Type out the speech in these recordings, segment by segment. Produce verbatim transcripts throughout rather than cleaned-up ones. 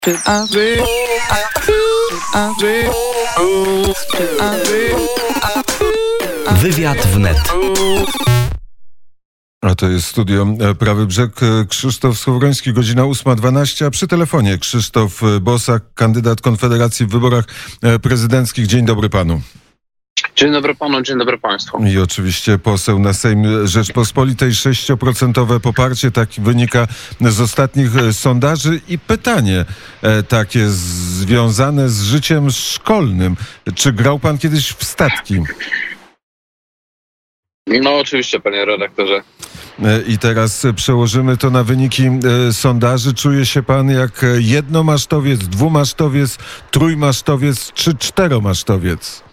Wywiad wnet. A to jest studio Prawy Brzeg. Krzysztof Skowroński, godzina ósma dwanaście, a przy telefonie Krzysztof Bosak, kandydat Konfederacji w wyborach prezydenckich. Dzień dobry panu. Dzień dobry panu, dzień dobry państwu. I oczywiście poseł na Sejm Rzeczpospolitej. sześcioprocentowe poparcie, tak wynika z ostatnich sondaży. I pytanie takie związane z życiem szkolnym. Czy grał pan kiedyś w statki? No oczywiście, panie redaktorze. I teraz przełożymy to na wyniki sondaży. Czuje się pan jak jednomasztowiec, dwumasztowiec, trójmasztowiec czy czteromasztowiec?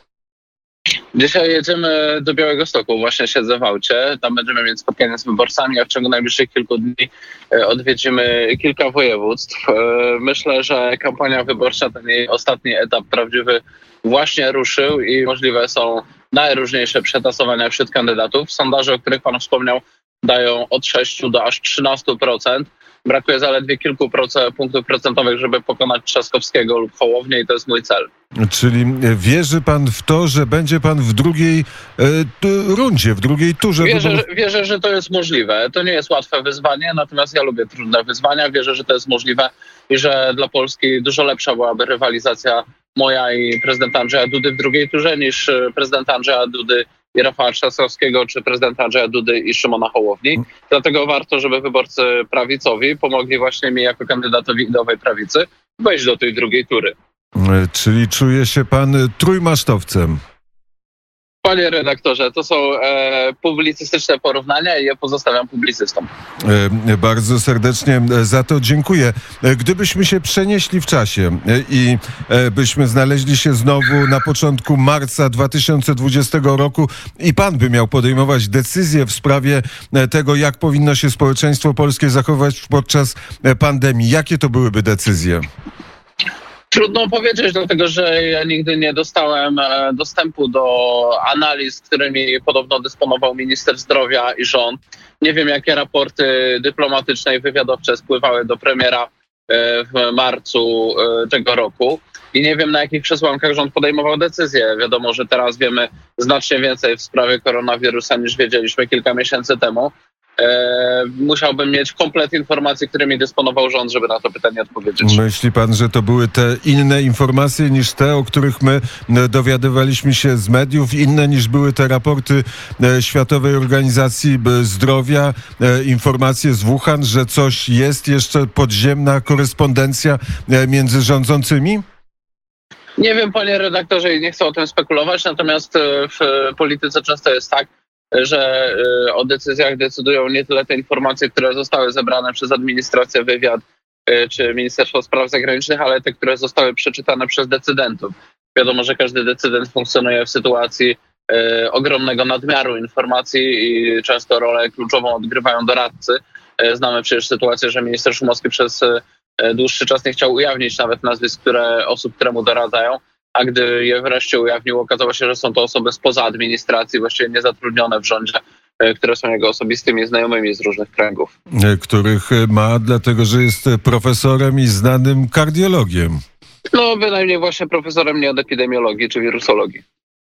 Dzisiaj jedziemy do Białegostoku, właśnie siedzę w aucie, tam będziemy mieć spotkanie z wyborcami, a w ciągu najbliższych kilku dni odwiedzimy kilka województw. Myślę, że kampania wyborcza, ten jej ostatni etap prawdziwy właśnie ruszył i możliwe są najróżniejsze przetasowania wśród kandydatów. Sondaże, o których pan wspomniał, dają od sześciu do aż trzynastu procent. Brakuje zaledwie kilku procent, punktów procentowych, żeby pokonać Trzaskowskiego lub Hołownię i to jest mój cel. Czyli wierzy pan w to, że będzie pan w drugiej e, rundzie, w drugiej turze? Wierzę, że, wierzę, że to jest możliwe. To nie jest łatwe wyzwanie, natomiast ja lubię trudne wyzwania. Wierzę, że to jest możliwe i że dla Polski dużo lepsza byłaby rywalizacja moja i prezydenta Andrzeja Dudy w drugiej turze niż prezydenta Andrzeja Dudy i Rafała Trzaskowskiego, czy prezydenta Andrzeja Dudy i Szymona Hołowni. Dlatego warto, żeby wyborcy prawicowi pomogli właśnie mi jako kandydatowi ideowej prawicy wejść do tej drugiej tury. Czyli czuje się pan trójmasztowcem? Panie redaktorze, to są e, publicystyczne porównania i je pozostawiam publicystom. E, bardzo serdecznie za to dziękuję. Gdybyśmy się przenieśli w czasie i e, byśmy znaleźli się znowu na początku marca dwa tysiące dwudziestego roku i pan by miał podejmować decyzję w sprawie tego, jak powinno się społeczeństwo polskie zachować podczas pandemii, jakie to byłyby decyzje? Trudno powiedzieć, dlatego że ja nigdy nie dostałem dostępu do analiz, którymi podobno dysponował minister zdrowia i rząd. Nie wiem, jakie raporty dyplomatyczne i wywiadowcze spływały do premiera w marcu tego roku. I nie wiem, na jakich przesłankach rząd podejmował decyzje. Wiadomo, że teraz wiemy znacznie więcej w sprawie koronawirusa niż wiedzieliśmy kilka miesięcy temu. E, musiałbym mieć komplet informacji, którymi dysponował rząd, żeby na to pytanie odpowiedzieć. Myśli pan, że to były te inne informacje niż te, o których my dowiadywaliśmy się z mediów, inne niż były te raporty Światowej Organizacji Zdrowia, informacje z Wuhan, że coś jest jeszcze podziemna korespondencja między rządzącymi? Nie wiem, panie redaktorze, i nie chcę o tym spekulować, natomiast w polityce często jest tak, że o decyzjach decydują nie tyle te informacje, które zostały zebrane przez administrację, wywiad czy Ministerstwo Spraw Zagranicznych, ale te, które zostały przeczytane przez decydentów. Wiadomo, że każdy decydent funkcjonuje w sytuacji e, ogromnego nadmiaru informacji i często rolę kluczową odgrywają doradcy. E, znamy przecież sytuację, że minister Szumowski przez e, dłuższy czas nie chciał ujawnić nawet nazwisk które, osób, które mu doradzają. A gdy je wreszcie ujawnił, okazało się, że są to osoby spoza administracji, właściwie niezatrudnione w rządzie, które są jego osobistymi znajomymi z różnych kręgów. Których ma, dlatego że jest profesorem i znanym kardiologiem. No bynajmniej właśnie profesorem nie od epidemiologii czy wirusologii.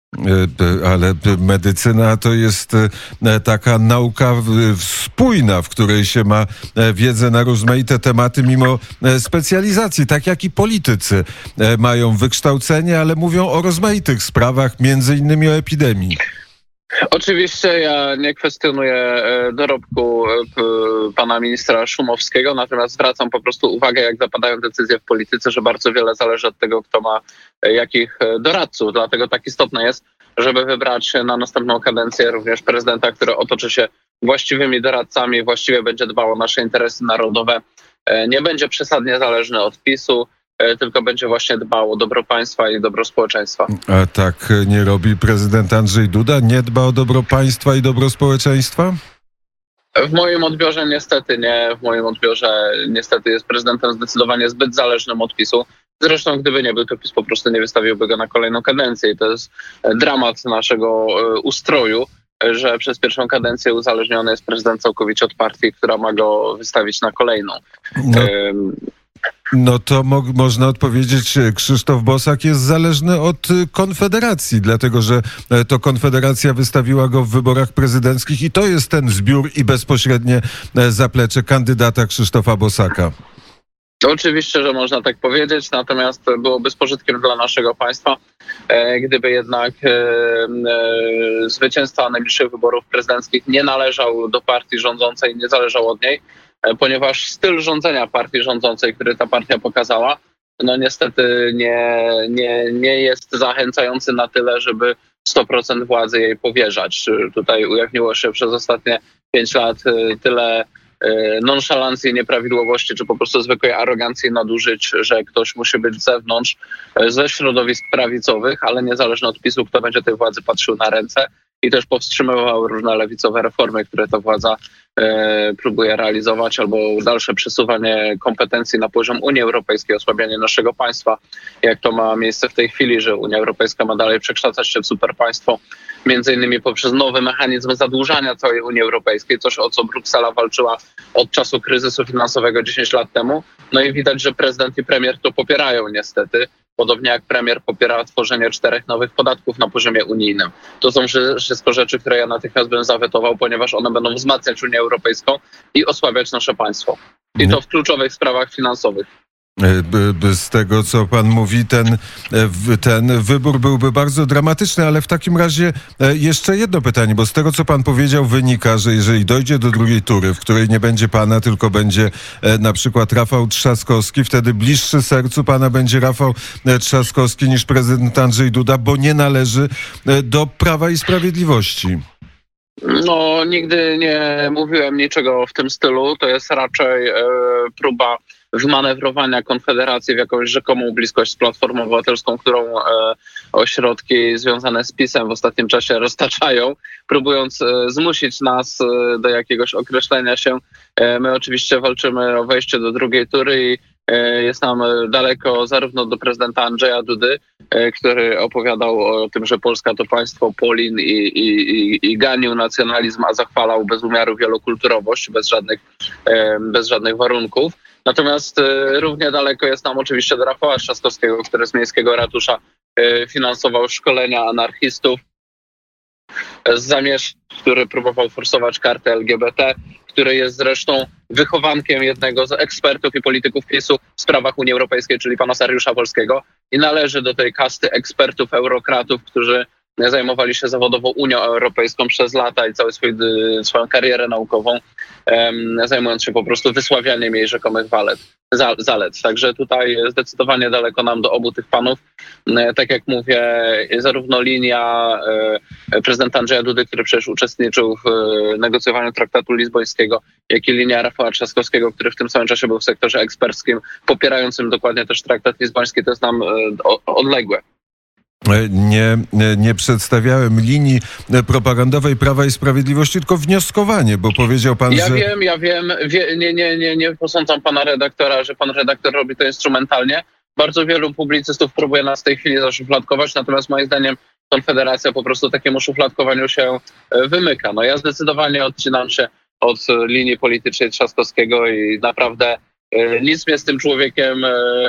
Ale medycyna to jest taka nauka spójna, w której się ma wiedzę na rozmaite tematy mimo specjalizacji, tak jak i politycy mają wykształcenie, ale mówią o rozmaitych sprawach, między innymi o epidemii. Oczywiście ja nie kwestionuję dorobku pana ministra Szumowskiego, natomiast zwracam po prostu uwagę, jak zapadają decyzje w polityce, że bardzo wiele zależy od tego, kto ma jakich doradców. Dlatego tak istotne jest, żeby wybrać na następną kadencję również prezydenta, który otoczy się właściwymi doradcami, właściwie będzie dbał o nasze interesy narodowe, nie będzie przesadnie zależny od PiSu, tylko będzie właśnie dbał o dobro państwa i dobro społeczeństwa. A tak nie robi prezydent Andrzej Duda? Nie dba o dobro państwa i dobro społeczeństwa? W moim odbiorze niestety nie. W moim odbiorze niestety jest prezydentem zdecydowanie zbyt zależnym od PiSu. Zresztą gdyby nie był, to PiS po prostu nie wystawiłby go na kolejną kadencję. I to jest dramat naszego ustroju, że przez pierwszą kadencję uzależniony jest prezydent całkowicie od partii, która ma go wystawić na kolejną. No. No to mo- można odpowiedzieć, Krzysztof Bosak jest zależny od Konfederacji, dlatego że to Konfederacja wystawiła go w wyborach prezydenckich i to jest ten zbiór i bezpośrednie zaplecze kandydata Krzysztofa Bosaka. Oczywiście, że można tak powiedzieć, natomiast byłoby z pożytkiem dla naszego państwa, gdyby jednak zwycięzca najbliższych wyborów prezydenckich nie należał do partii rządzącej, nie zależał od niej, ponieważ styl rządzenia partii rządzącej, który ta partia pokazała, no niestety nie, nie, nie jest zachęcający na tyle, żeby sto procent władzy jej powierzać. Tutaj ujawniło się przez ostatnie pięć lat tyle nonszalancji, nieprawidłowości, czy po prostu zwykłej arogancji, nadużyć, że ktoś musi być z zewnątrz, ze środowisk prawicowych, ale niezależnie od PiSu, kto będzie tej władzy patrzył na ręce i też powstrzymywał różne lewicowe reformy, które ta władza e, próbuje realizować, albo dalsze przesuwanie kompetencji na poziom Unii Europejskiej, osłabianie naszego państwa, jak to ma miejsce w tej chwili, że Unia Europejska ma dalej przekształcać się w superpaństwo, między innymi poprzez nowy mechanizm zadłużania całej Unii Europejskiej, coś o co Bruksela walczyła od czasu kryzysu finansowego dziesięć lat temu. No i widać, że prezydent i premier to popierają niestety, podobnie jak premier popiera tworzenie czterech nowych podatków na poziomie unijnym. To są wszystko rzeczy, które ja natychmiast bym zawetował, ponieważ one będą wzmacniać Unię Europejską i osłabiać nasze państwo. I to w kluczowych sprawach finansowych. Z tego, co pan mówi, ten, ten wybór byłby bardzo dramatyczny, ale w takim razie jeszcze jedno pytanie, bo z tego, co pan powiedział, wynika, że jeżeli dojdzie do drugiej tury, w której nie będzie pana, tylko będzie na przykład Rafał Trzaskowski, wtedy bliższy sercu pana będzie Rafał Trzaskowski niż prezydent Andrzej Duda, bo nie należy do Prawa i Sprawiedliwości. No, nigdy nie mówiłem niczego w tym stylu. To jest raczej e, próba wmanewrowania Konfederacji w jakąś rzekomą bliskość z Platformą Obywatelską, którą e, ośrodki związane z PiS-em w ostatnim czasie roztaczają, próbując e, zmusić nas e, do jakiegoś określenia się. E, my oczywiście walczymy o wejście do drugiej tury i jest nam daleko zarówno do prezydenta Andrzeja Dudy, który opowiadał o tym, że Polska to państwo Polin i, i, i ganił nacjonalizm, a zachwalał bez umiaru wielokulturowość, bez żadnych, bez żadnych warunków. Natomiast równie daleko jest nam oczywiście do Rafała Trzaskowskiego, który z miejskiego ratusza finansował szkolenia anarchistów, z Zamierz, który próbował forsować kartę L G B T, który jest zresztą wychowankiem jednego z ekspertów i polityków PiSu w sprawach Unii Europejskiej, czyli pana Sariusza Wolskiego, i należy do tej kasty ekspertów, eurokratów, którzy zajmowali się zawodowo Unią Europejską przez lata i całą swój, swoją karierę naukową, um, zajmując się po prostu wysławianiem jej rzekomych walet, zalet. Także tutaj zdecydowanie daleko nam do obu tych panów. Tak jak mówię, zarówno linia e, prezydenta Andrzeja Dudy, który przecież uczestniczył w e, negocjowaniu traktatu lizbońskiego, jak i linia Rafała Trzaskowskiego, który w tym samym czasie był w sektorze eksperckim, popierającym dokładnie też traktat lizboński, to jest nam e, odległe. Nie, nie przedstawiałem linii propagandowej Prawa i Sprawiedliwości, tylko wnioskowanie, bo powiedział pan, ja że... Ja wiem, ja wiem. Wie, nie, nie, nie, nie posądzam pana redaktora, że pan redaktor robi to instrumentalnie. Bardzo wielu publicystów próbuje nas w tej chwili zaszufladkować, natomiast moim zdaniem Konfederacja po prostu takiemu szufladkowaniu się wymyka. No ja zdecydowanie odcinam się od linii politycznej Trzaskowskiego i naprawdę nic mnie z tym człowiekiem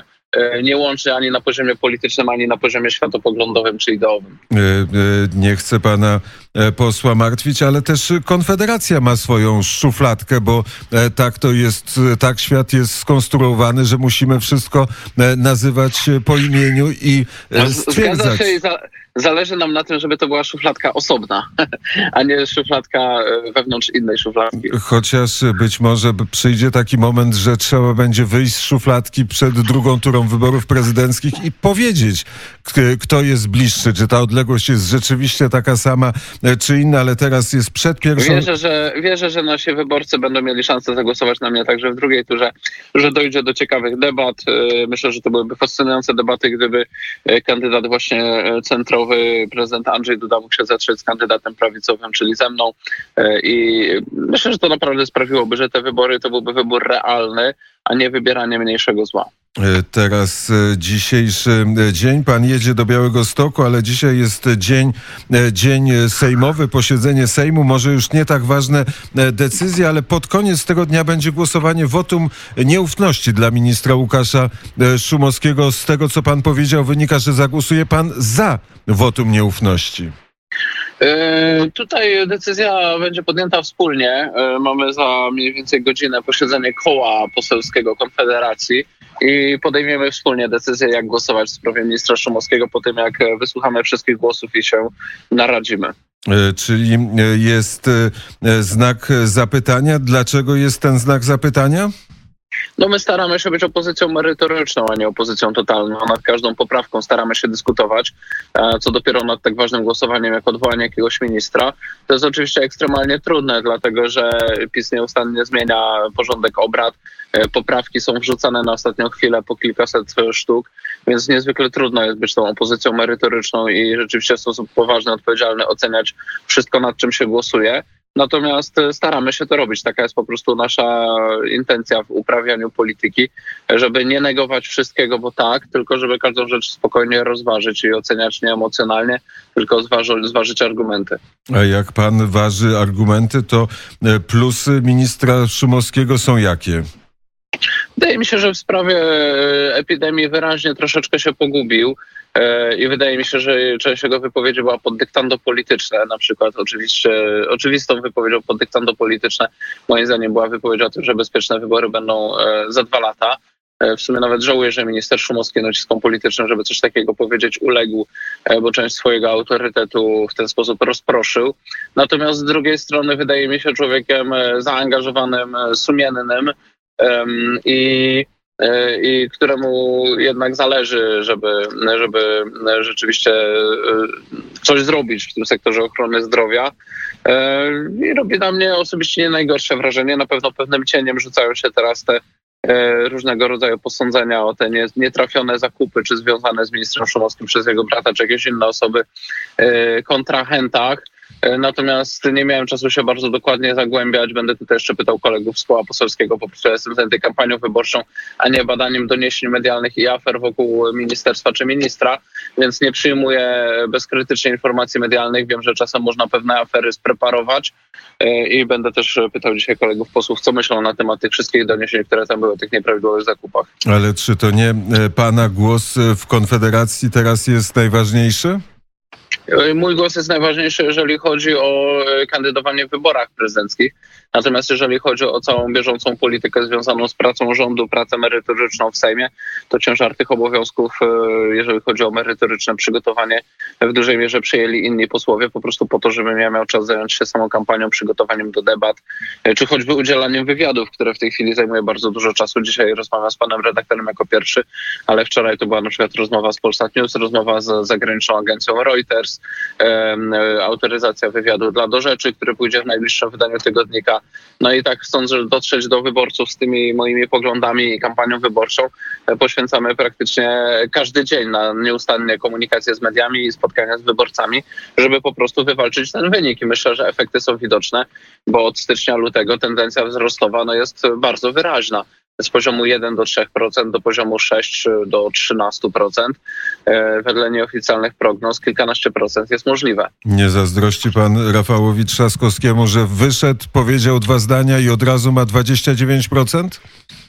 nie łączy ani na poziomie politycznym, ani na poziomie światopoglądowym czy ideowym. Nie chcę pana posła martwić, ale też Konfederacja ma swoją szufladkę, bo tak to jest, tak świat jest skonstruowany, że musimy wszystko nazywać po imieniu i stwierdzać. Zgadza się i za, zależy nam na tym, żeby to była szufladka osobna, a nie szufladka wewnątrz innej szufladki. Chociaż być może przyjdzie taki moment, że trzeba będzie wyjść z szufladki przed drugą turą wyborów prezydenckich i powiedzieć, kto jest bliższy, czy ta odległość jest rzeczywiście taka sama, czy inna, ale teraz jest przed pierwszą... Wierzę, że, wierzę, że nasi wyborcy będą mieli szansę zagłosować na mnie także w drugiej turze, że dojdzie do ciekawych debat. Myślę, że to byłyby fascynujące debaty, gdyby kandydat właśnie centrowy, prezydent Andrzej Duda, mógł się zetrzeć z kandydatem prawicowym, czyli ze mną. I myślę, że to naprawdę sprawiłoby, że te wybory to byłby wybór realny, a nie wybieranie mniejszego zła. Teraz dzisiejszy dzień. Pan jedzie do Białegostoku, ale dzisiaj jest dzień, dzień sejmowy, posiedzenie Sejmu. Może już nie tak ważne decyzje, ale pod koniec tego dnia będzie głosowanie wotum nieufności dla ministra Łukasza Szumowskiego. Z tego, co pan powiedział, wynika, że zagłosuje pan za wotum nieufności. Yy, tutaj decyzja będzie podjęta wspólnie. Yy, mamy za mniej więcej godzinę posiedzenie koła poselskiego Konfederacji i podejmiemy wspólnie decyzję, jak głosować w sprawie ministra Szumowskiego po tym, jak wysłuchamy wszystkich głosów i się naradzimy. Yy, czyli jest yy, znak zapytania. Dlaczego jest ten znak zapytania? No my staramy się być opozycją merytoryczną, a nie opozycją totalną. Nad każdą poprawką staramy się dyskutować, co dopiero nad tak ważnym głosowaniem jak odwołanie jakiegoś ministra. To jest oczywiście ekstremalnie trudne, dlatego że PiS nieustannie zmienia porządek obrad. Poprawki są wrzucane na ostatnią chwilę po kilkaset sztuk, więc niezwykle trudno jest być tą opozycją merytoryczną i rzeczywiście w sposób poważny, odpowiedzialny oceniać wszystko, nad czym się głosuje. Natomiast staramy się to robić. Taka jest po prostu nasza intencja w uprawianiu polityki, żeby nie negować wszystkiego, bo tak, tylko żeby każdą rzecz spokojnie rozważyć i oceniać nie emocjonalnie, tylko zważy, zważyć argumenty. A jak pan waży argumenty, to plusy ministra Szumowskiego są jakie? Wydaje mi się, że w sprawie epidemii wyraźnie troszeczkę się pogubił i wydaje mi się, że część jego wypowiedzi była pod dyktando polityczne, na przykład oczywiście oczywistą wypowiedzią pod dyktando polityczne moim zdaniem była wypowiedź o tym, że bezpieczne wybory będą za dwa lata. W sumie nawet żałuję, że minister Szumowski naciskom politycznym, żeby coś takiego powiedzieć, uległ, bo część swojego autorytetu w ten sposób rozproszył. Natomiast z drugiej strony wydaje mi się człowiekiem zaangażowanym, sumiennym, Um, i, i któremu jednak zależy, żeby, żeby rzeczywiście coś zrobić w tym sektorze ochrony zdrowia. I robi na mnie osobiście nie najgorsze wrażenie. Na pewno pewnym cieniem rzucają się teraz te różnego rodzaju posądzenia o te nietrafione zakupy, czy związane z ministrem Szumowskim przez jego brata, czy jakieś inne osoby, kontrahentach. Natomiast nie miałem czasu się bardzo dokładnie zagłębiać. Będę tutaj jeszcze pytał kolegów z koła poselskiego. Po prostu ja jestem zajęty kampanią wyborczą, a nie badaniem doniesień medialnych i afer wokół ministerstwa czy ministra, więc nie przyjmuję bezkrytycznie informacji medialnych. Wiem, że czasem można pewne afery spreparować i będę też pytał dzisiaj kolegów posłów, co myślą na temat tych wszystkich doniesień, które tam były o tych nieprawidłowych zakupach. Ale czy to nie pana głos w Konfederacji teraz jest najważniejszy? Mój głos jest najważniejszy, jeżeli chodzi o kandydowanie w wyborach prezydenckich. Natomiast jeżeli chodzi o całą bieżącą politykę związaną z pracą rządu, pracę merytoryczną w Sejmie, to ciężar tych obowiązków, jeżeli chodzi o merytoryczne przygotowanie, w dużej mierze przejęli inni posłowie, po prostu po to, żebym ja miał czas zająć się samą kampanią, przygotowaniem do debat, czy choćby udzielaniem wywiadów, które w tej chwili zajmuje bardzo dużo czasu. Dzisiaj rozmawiam z panem redaktorem jako pierwszy, ale wczoraj to była na przykład rozmowa z Polsat News, rozmowa z zagraniczną agencją Reuters, autoryzacja wywiadu dla Do Rzeczy, który pójdzie w najbliższym wydaniu tygodnika. No i tak chcąc dotrzeć do wyborców z tymi moimi poglądami i kampanią wyborczą, poświęcamy praktycznie każdy dzień na nieustannie komunikację z mediami i spotkania z wyborcami, żeby po prostu wywalczyć ten wynik. I myślę, że efekty są widoczne, bo od stycznia lutego tendencja wzrostowa no jest bardzo wyraźna. Z poziomu jeden do trzech procent do poziomu sześć do trzynastu procent. Wedle nieoficjalnych prognoz kilkanaście procent jest możliwe. Nie zazdrości pan Rafałowi Trzaskowskiemu, że wyszedł, powiedział dwa zdania i od razu ma dwadzieścia dziewięć procent?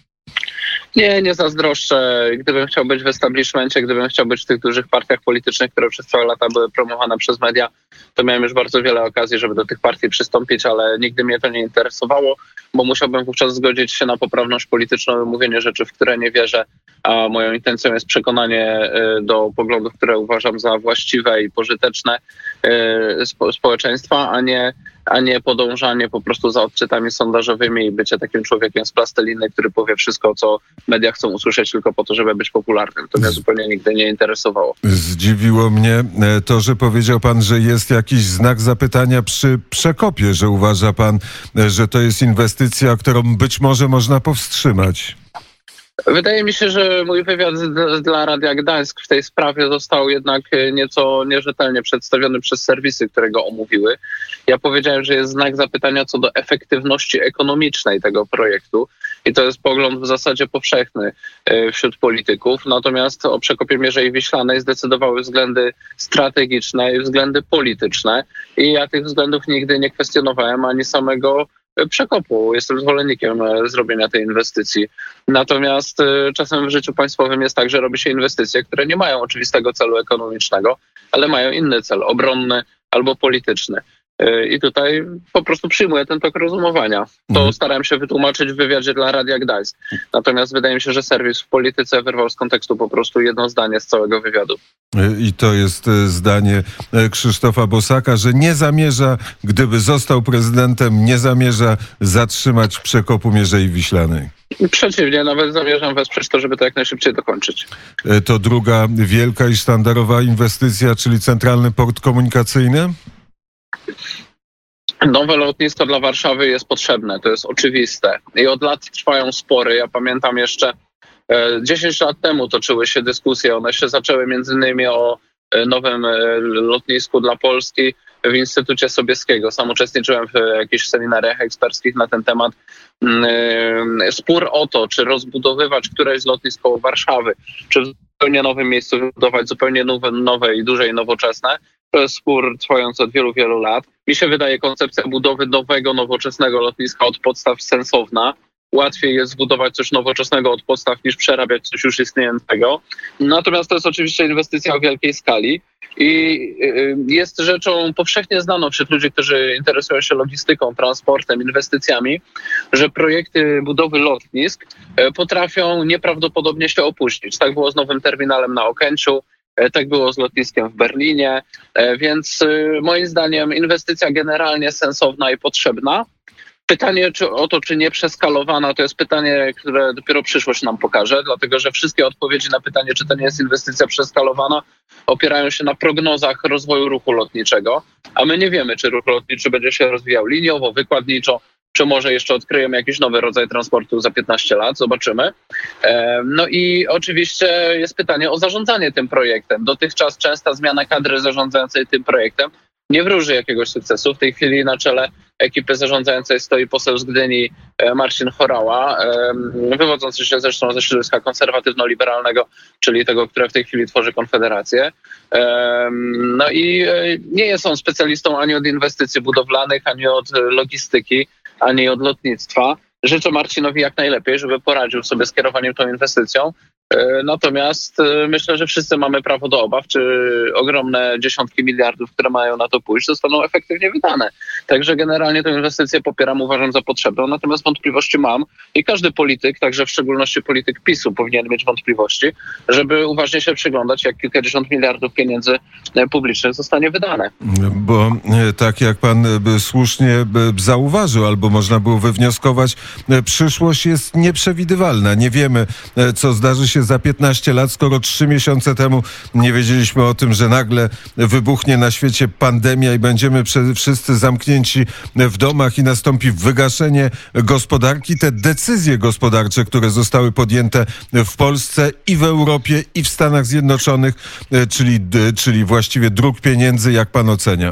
Nie, nie zazdroszczę. Gdybym chciał być w establishmencie, gdybym chciał być w tych dużych partiach politycznych, które przez całe lata były promowane przez media, to miałem już bardzo wiele okazji, żeby do tych partii przystąpić, ale nigdy mnie to nie interesowało, bo musiałbym wówczas zgodzić się na poprawność polityczną i mówienie rzeczy, w które nie wierzę, a moją intencją jest przekonanie do poglądów, które uważam za właściwe i pożyteczne społeczeństwa, a nie a nie podążanie po prostu za odczytami sondażowymi i bycie takim człowiekiem z plasteliny, który powie wszystko, co media chcą usłyszeć tylko po to, żeby być popularnym. To mnie zupełnie nigdy nie interesowało. Zdziwiło mnie to, że powiedział pan, że jest jakiś znak zapytania przy Przekopie, że uważa pan, że to jest inwestycja, którą być może można powstrzymać. Wydaje mi się, że mój wywiad dla Radia Gdańsk w tej sprawie został jednak nieco nierzetelnie przedstawiony przez serwisy, które go omówiły. Ja powiedziałem, że jest znak zapytania co do efektywności ekonomicznej tego projektu i to jest pogląd w zasadzie powszechny wśród polityków. Natomiast o przekopie Mierzei Wiślanej zdecydowały względy strategiczne i względy polityczne i ja tych względów nigdy nie kwestionowałem ani samego przekopu. Jestem zwolennikiem zrobienia tej inwestycji. Natomiast czasem w życiu państwowym jest tak, że robi się inwestycje, które nie mają oczywistego celu ekonomicznego, ale mają inny cel, obronny albo polityczny. I tutaj po prostu przyjmuję ten tok rozumowania. To mhm. starałem się wytłumaczyć w wywiadzie dla Radia Gdańsk. Natomiast wydaje mi się, że serwis w polityce wyrwał z kontekstu po prostu jedno zdanie z całego wywiadu. I to jest zdanie Krzysztofa Bosaka, że nie zamierza, gdyby został prezydentem, nie zamierza zatrzymać przekopu Mierzei Wiślanej. Przeciwnie, nawet zamierzam wesprzeć to, żeby to jak najszybciej dokończyć. To druga wielka i sztandarowa inwestycja, czyli Centralny Port Komunikacyjny? Nowe lotnisko dla Warszawy jest potrzebne, to jest oczywiste. I od lat trwają spory. Ja pamiętam jeszcze dziesięć lat temu toczyły się dyskusje. One się zaczęły między innymi o nowym lotnisku dla Polski w Instytucie Sobieskiego. Sam uczestniczyłem w jakichś seminariach eksperckich na ten temat. Spór o to, czy rozbudowywać któreś z lotnisk koło Warszawy, czy w zupełnie nowym miejscu budować zupełnie nowe, nowe i duże i nowoczesne. To jest spór trwający od wielu, wielu lat. Mi się wydaje koncepcja budowy nowego, nowoczesnego lotniska od podstaw sensowna. Łatwiej jest zbudować coś nowoczesnego od podstaw niż przerabiać coś już istniejącego. Natomiast to jest oczywiście inwestycja o wielkiej skali i jest rzeczą powszechnie znaną wśród ludzi, którzy interesują się logistyką, transportem, inwestycjami, że projekty budowy lotnisk potrafią nieprawdopodobnie się opóźnić. Tak było z nowym terminalem na Okęciu, tak było z lotniskiem w Berlinie, więc moim zdaniem inwestycja generalnie sensowna i potrzebna. Pytanie czy, o to, czy nie przeskalowana, to jest pytanie, które dopiero przyszłość nam pokaże, dlatego że wszystkie odpowiedzi na pytanie, czy to nie jest inwestycja przeskalowana, opierają się na prognozach rozwoju ruchu lotniczego, a my nie wiemy, czy ruch lotniczy będzie się rozwijał liniowo, wykładniczo, czy może jeszcze odkryjemy jakiś nowy rodzaj transportu za piętnaście lat, zobaczymy. No i oczywiście jest pytanie o zarządzanie tym projektem. Dotychczas częsta zmiana kadry zarządzającej tym projektem nie wróży jakiegoś sukcesu. W tej chwili na czele ekipy zarządzającej stoi poseł z Gdyni Marcin Horała, wywodzący się zresztą ze środowiska konserwatywno-liberalnego, czyli tego, które w tej chwili tworzy Konfederację. No i nie jest on specjalistą ani od inwestycji budowlanych, ani od logistyki, ani od lotnictwa. Życzę Marcinowi jak najlepiej, żeby poradził sobie z kierowaniem tą inwestycją. Natomiast myślę, że wszyscy mamy prawo do obaw, czy ogromne dziesiątki miliardów, które mają na to pójść, zostaną efektywnie wydane. Także generalnie tę inwestycję popieram, uważam za potrzebną, natomiast wątpliwości mam i każdy polityk, także w szczególności polityk PiSu powinien mieć wątpliwości, żeby uważnie się przyglądać, jak kilkadziesiąt miliardów pieniędzy publicznych zostanie wydane. Bo tak jak pan słusznie zauważył, albo można było wywnioskować, przyszłość jest nieprzewidywalna. Nie wiemy, co zdarzy się za piętnaście lat, skoro trzy miesiące temu nie wiedzieliśmy o tym, że nagle wybuchnie na świecie pandemia i będziemy wszyscy zamknięci w domach i nastąpi wygaszenie gospodarki. Te decyzje gospodarcze, które zostały podjęte w Polsce i w Europie i w Stanach Zjednoczonych, czyli, czyli właściwie dróg pieniędzy, jak pan ocenia?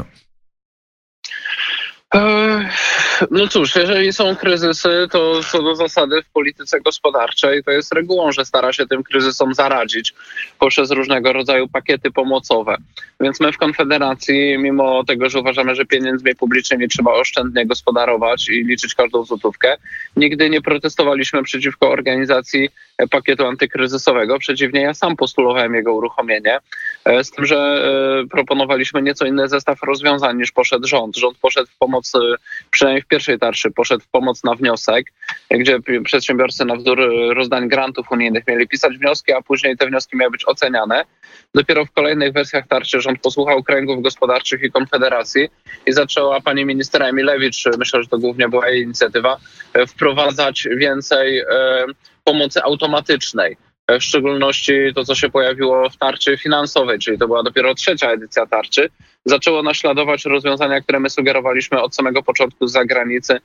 No cóż, jeżeli są kryzysy, to co do zasady w polityce gospodarczej to jest regułą, że stara się tym kryzysom zaradzić poprzez różnego rodzaju pakiety pomocowe. Więc my w Konfederacji, mimo tego, że uważamy, że pieniędzmi publicznymi trzeba oszczędnie gospodarować i liczyć każdą złotówkę, nigdy nie protestowaliśmy przeciwko organizacji pakietu antykryzysowego. Przeciwnie, ja sam postulowałem jego uruchomienie, z tym, że proponowaliśmy nieco inny zestaw rozwiązań niż poszedł rząd. Rząd poszedł w pomoc, przynajmniej w pierwszej tarczy, poszedł w pomoc na wniosek, gdzie przedsiębiorcy na wzór rozdań grantów unijnych mieli pisać wnioski, a później te wnioski miały być oceniane. Dopiero w kolejnych wersjach tarczy rząd posłuchał kręgów gospodarczych i Konfederacji i zaczęła pani minister Emilewicz, myślę, że to głównie była jej inicjatywa, wprowadzać więcej pomocy automatycznej. W szczególności to, co się pojawiło w tarczy finansowej, czyli to była dopiero trzecia edycja tarczy, zaczęło naśladować rozwiązania, które my sugerowaliśmy od samego początku z zagranicy,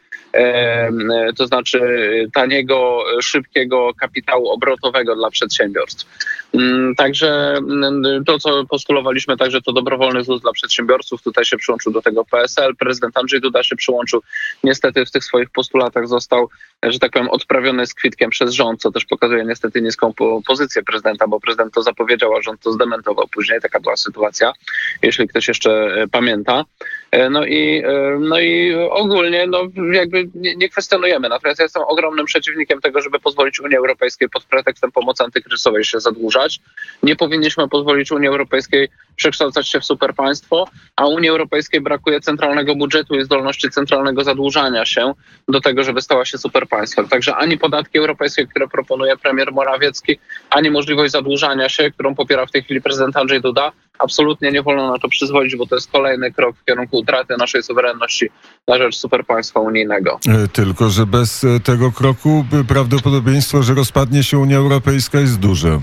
to znaczy taniego, szybkiego kapitału obrotowego dla przedsiębiorstw. Także to, co postulowaliśmy, także to dobrowolny ZUS dla przedsiębiorców, tutaj się przyłączył do tego P S L, prezydent Andrzej Duda się przyłączył. Niestety w tych swoich postulatach został, że tak powiem, odprawiony z kwitkiem przez rząd, co też pokazuje niestety niską pozycję prezydenta, bo prezydent to zapowiedział, a rząd to zdementował później. Taka była sytuacja, jeśli ktoś jeszcze pamięta. No i, no i ogólnie no jakby nie, nie kwestionujemy. Natomiast ja jestem ogromnym przeciwnikiem tego, żeby pozwolić Unii Europejskiej pod pretekstem pomocy antykryzysowej się zadłużać. Nie powinniśmy pozwolić Unii Europejskiej przekształcać się w superpaństwo, a Unii Europejskiej brakuje centralnego budżetu i zdolności centralnego zadłużania się do tego, żeby stała się superpaństwem. Także ani podatki europejskie, które proponuje premier Morawiecki, ani możliwość zadłużania się, którą popiera w tej chwili prezydent Andrzej Duda, absolutnie nie wolno na to przyzwolić, bo to jest kolejny krok w kierunku utraty naszej suwerenności na rzecz superpaństwa unijnego. Tylko że bez tego kroku prawdopodobieństwo, że rozpadnie się Unia Europejska, jest duże.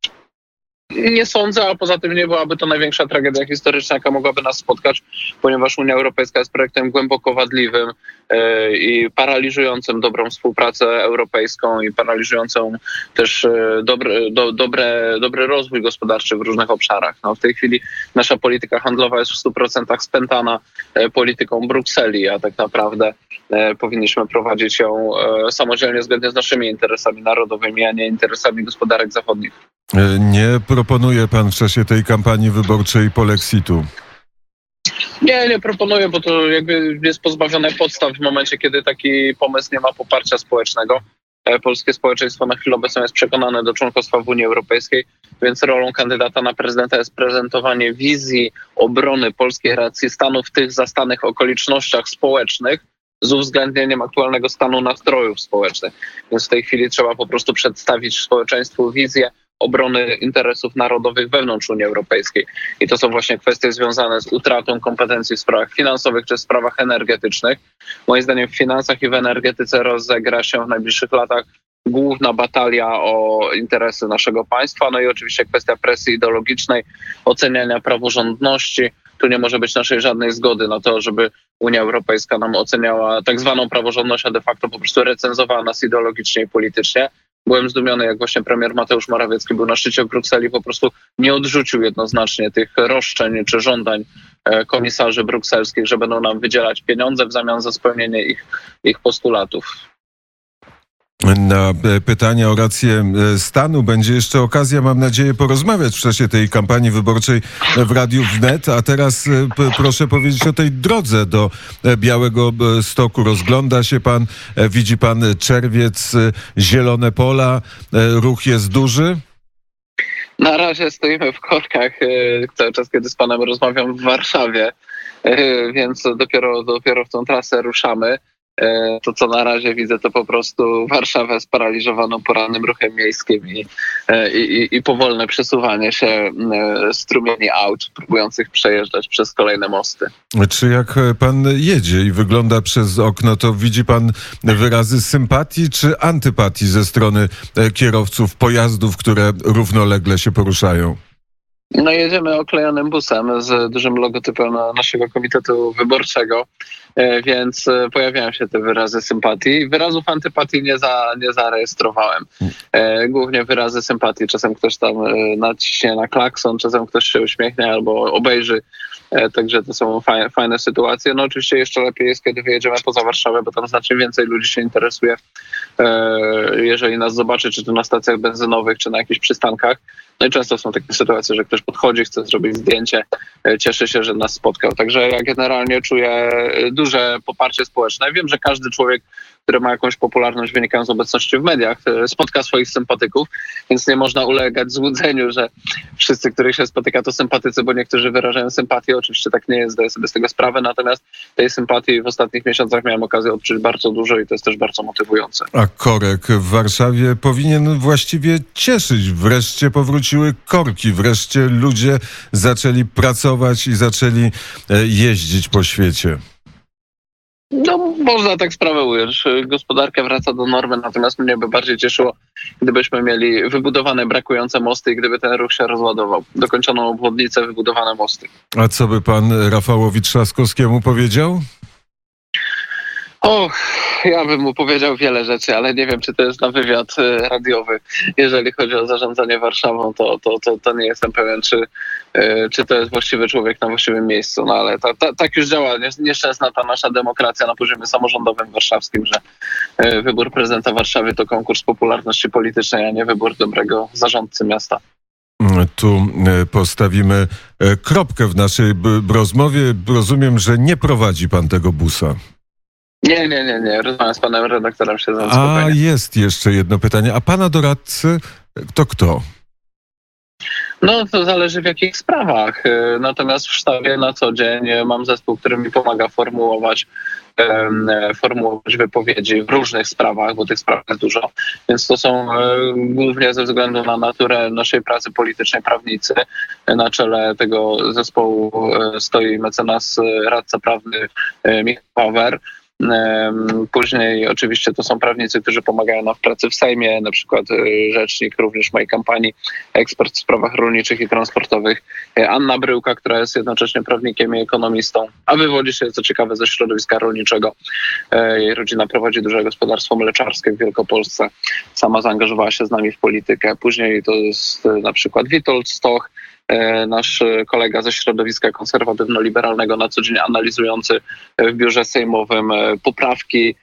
Nie sądzę, a poza tym nie byłaby to największa tragedia historyczna, jaka mogłaby nas spotkać, ponieważ Unia Europejska jest projektem głęboko wadliwym yy, i paraliżującym dobrą współpracę europejską i paraliżującą też yy, dobry, do, dobre, dobry rozwój gospodarczy w różnych obszarach. No, w tej chwili nasza polityka handlowa jest w stu procentach spętana yy, polityką Brukseli, a tak naprawdę yy, powinniśmy prowadzić ją yy, samodzielnie zgodnie z naszymi interesami narodowymi, a nie interesami gospodarek zachodnich. Nie proponuje pan w czasie tej kampanii wyborczej polexitu? Nie, nie proponuję, bo to jakby jest pozbawione podstaw w momencie, kiedy taki pomysł nie ma poparcia społecznego. Polskie społeczeństwo na chwilę obecną jest przekonane do członkostwa w Unii Europejskiej, więc rolą kandydata na prezydenta jest prezentowanie wizji obrony polskiej racji stanu w tych zastanych okolicznościach społecznych, z uwzględnieniem aktualnego stanu nastrojów społecznych. Więc w tej chwili trzeba po prostu przedstawić społeczeństwu wizję obrony interesów narodowych wewnątrz Unii Europejskiej. I to są właśnie kwestie związane z utratą kompetencji w sprawach finansowych czy w sprawach energetycznych. Moim zdaniem w finansach i w energetyce rozegra się w najbliższych latach główna batalia o interesy naszego państwa. No i oczywiście kwestia presji ideologicznej, oceniania praworządności. Tu nie może być naszej żadnej zgody na to, żeby Unia Europejska nam oceniała tak zwaną praworządność, a de facto po prostu recenzowała nas ideologicznie i politycznie. Byłem zdumiony, jak właśnie premier Mateusz Morawiecki był na szczycie w Brukseli, po prostu nie odrzucił jednoznacznie tych roszczeń czy żądań komisarzy brukselskich, że będą nam wydzielać pieniądze w zamian za spełnienie ich, ich postulatów. Na pytania o rację stanu będzie jeszcze okazja, mam nadzieję, porozmawiać w czasie tej kampanii wyborczej w Radiu Wnet. A teraz p- proszę powiedzieć o tej drodze do Białego Stoku. Rozgląda się pan, widzi pan czerwiec, zielone pola, ruch jest duży? Na razie stoimy w korkach cały czas, kiedy z panem rozmawiam w Warszawie, więc dopiero, dopiero w tą trasę ruszamy. To, co na razie widzę, to po prostu Warszawę sparaliżowaną porannym ruchem miejskim i, i, i powolne przesuwanie się strumieni aut próbujących przejeżdżać przez kolejne mosty. Czy jak pan jedzie i wygląda przez okno, to widzi pan wyrazy sympatii czy antypatii ze strony kierowców pojazdów, które równolegle się poruszają? No jedziemy oklejonym busem z dużym logotypem naszego komitetu wyborczego, więc pojawiają się te wyrazy sympatii. Wyrazów antypatii nie, za, nie zarejestrowałem. Głównie wyrazy sympatii. Czasem ktoś tam naciśnie na klakson, czasem ktoś się uśmiechnie albo obejrzy. Także to są fajne, fajne sytuacje. No oczywiście jeszcze lepiej jest, kiedy wyjedziemy poza Warszawę, bo tam znacznie więcej ludzi się interesuje, jeżeli nas zobaczy, czy to na stacjach benzynowych, czy na jakichś przystankach. No i często są takie sytuacje, że ktoś podchodzi, chce zrobić zdjęcie, cieszy się, że nas spotkał. Także ja generalnie czuję duże poparcie społeczne. Wiem, że każdy człowiek, który ma jakąś popularność wynikającą z obecności w mediach, spotka swoich sympatyków, więc nie można ulegać złudzeniu, że wszyscy, których się spotyka, to sympatycy, bo niektórzy wyrażają sympatię. Oczywiście tak nie jest, zdaję sobie z tego sprawę, natomiast tej sympatii w ostatnich miesiącach miałem okazję odczuć bardzo dużo i to jest też bardzo motywujące. A korek w Warszawie powinien właściwie cieszyć. Wreszcie powróciły korki, wreszcie ludzie zaczęli pracować i zaczęli jeździć po świecie. No, można tak sprawę ująć. Gospodarka wraca do normy, natomiast mnie by bardziej cieszyło, gdybyśmy mieli wybudowane brakujące mosty i gdyby ten ruch się rozładował. Dokończoną obwodnicę, wybudowane mosty. A co by pan Rafałowi Trzaskowskiemu powiedział? Och, ja bym mu powiedział wiele rzeczy, ale nie wiem, czy to jest na wywiad radiowy. Jeżeli chodzi o zarządzanie Warszawą, to, to, to, to nie jestem pewien, czy, czy to jest właściwy człowiek na właściwym miejscu. No ale ta, ta, tak już działa nieszczęsna ta nasza demokracja na poziomie samorządowym warszawskim, że wybór prezydenta Warszawy to konkurs popularności politycznej, a nie wybór dobrego zarządcy miasta. Tu postawimy kropkę w naszej b- rozmowie. Rozumiem, że nie prowadzi pan tego busa. Nie, nie, nie, nie. Rozmawiam z panem redaktorem, siedzę A spokojnie. jest jeszcze jedno pytanie. A pana doradcy to kto? No to zależy w jakich sprawach. Natomiast w sztabie na co dzień mam zespół, który mi pomaga formułować, um, formułować wypowiedzi w różnych sprawach, bo tych spraw jest dużo. Więc to są um, głównie ze względu na naturę naszej pracy politycznej prawnicy. Na czele tego zespołu um, stoi mecenas radca prawny um, Michał Pawer. Później oczywiście to są prawnicy, którzy pomagają nam w pracy w Sejmie, na przykład rzecznik również mojej kampanii, ekspert w sprawach rolniczych i transportowych, Anna Bryłka, która jest jednocześnie prawnikiem i ekonomistą, a wywodzi się, co ciekawe, ze środowiska rolniczego. Jej rodzina prowadzi duże gospodarstwo mleczarskie w Wielkopolsce. Sama zaangażowała się z nami w politykę. Później to jest na przykład Witold Stoch, nasz kolega ze środowiska konserwatywno-liberalnego, na co dzień analizujący w biurze sejmowym poprawki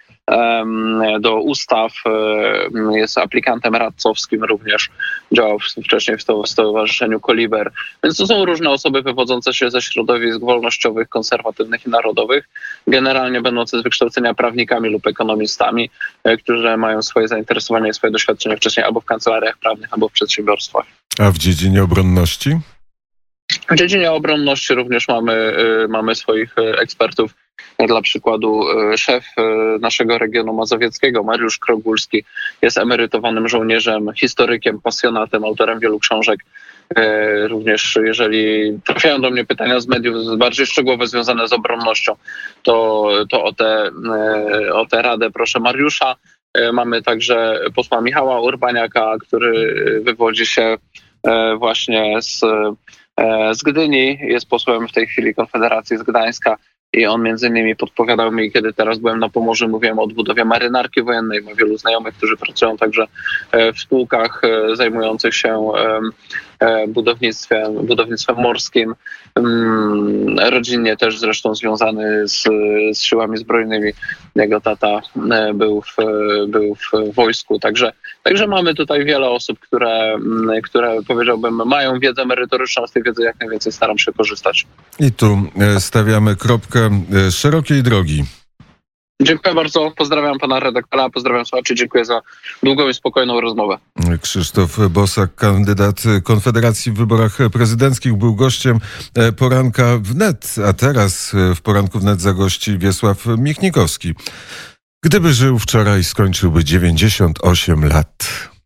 do ustaw, jest aplikantem radcowskim również, działał wcześniej w Stowarzyszeniu Koliber. Więc to są różne osoby wywodzące się ze środowisk wolnościowych, konserwatywnych i narodowych, generalnie będące z wykształcenia prawnikami lub ekonomistami, którzy mają swoje zainteresowania i swoje doświadczenie wcześniej albo w kancelariach prawnych, albo w przedsiębiorstwach. A w dziedzinie obronności? W dziedzinie obronności również mamy, mamy swoich ekspertów. Dla przykładu szef naszego regionu mazowieckiego, Mariusz Krogulski, jest emerytowanym żołnierzem, historykiem, pasjonatem, autorem wielu książek. Również jeżeli trafiają do mnie pytania z mediów bardziej szczegółowe związane z obronnością, to, to o, te, o tę radę proszę Mariusza. Mamy także posła Michała Urbaniaka, który wywodzi się właśnie z, z Gdyni, jest posłem w tej chwili Konfederacji z Gdańska i on między innymi podpowiadał mi, kiedy teraz byłem na Pomorzu, mówiłem o odbudowie marynarki wojennej. Ma wielu znajomych, którzy pracują także w spółkach zajmujących się budownictwem, budownictwem morskim. Rodzinnie też zresztą związany z, z siłami zbrojnymi. Jego tata był w, był w wojsku. Także, także mamy tutaj wiele osób, które, które powiedziałbym mają wiedzę merytoryczną. Z tej wiedzy jak najwięcej staram się korzystać. I tu stawiamy kropkę szerokiej drogi. Dziękuję bardzo. Pozdrawiam pana redaktora, pozdrawiam słuchaczy. Dziękuję za długą i spokojną rozmowę. Krzysztof Bosak, kandydat Konfederacji w wyborach prezydenckich, był gościem Poranka Wnet, a teraz w Poranku Wnet zagości Wiesław Michnikowski. Gdyby żył wczoraj, skończyłby dziewięćdziesiąt osiem lat.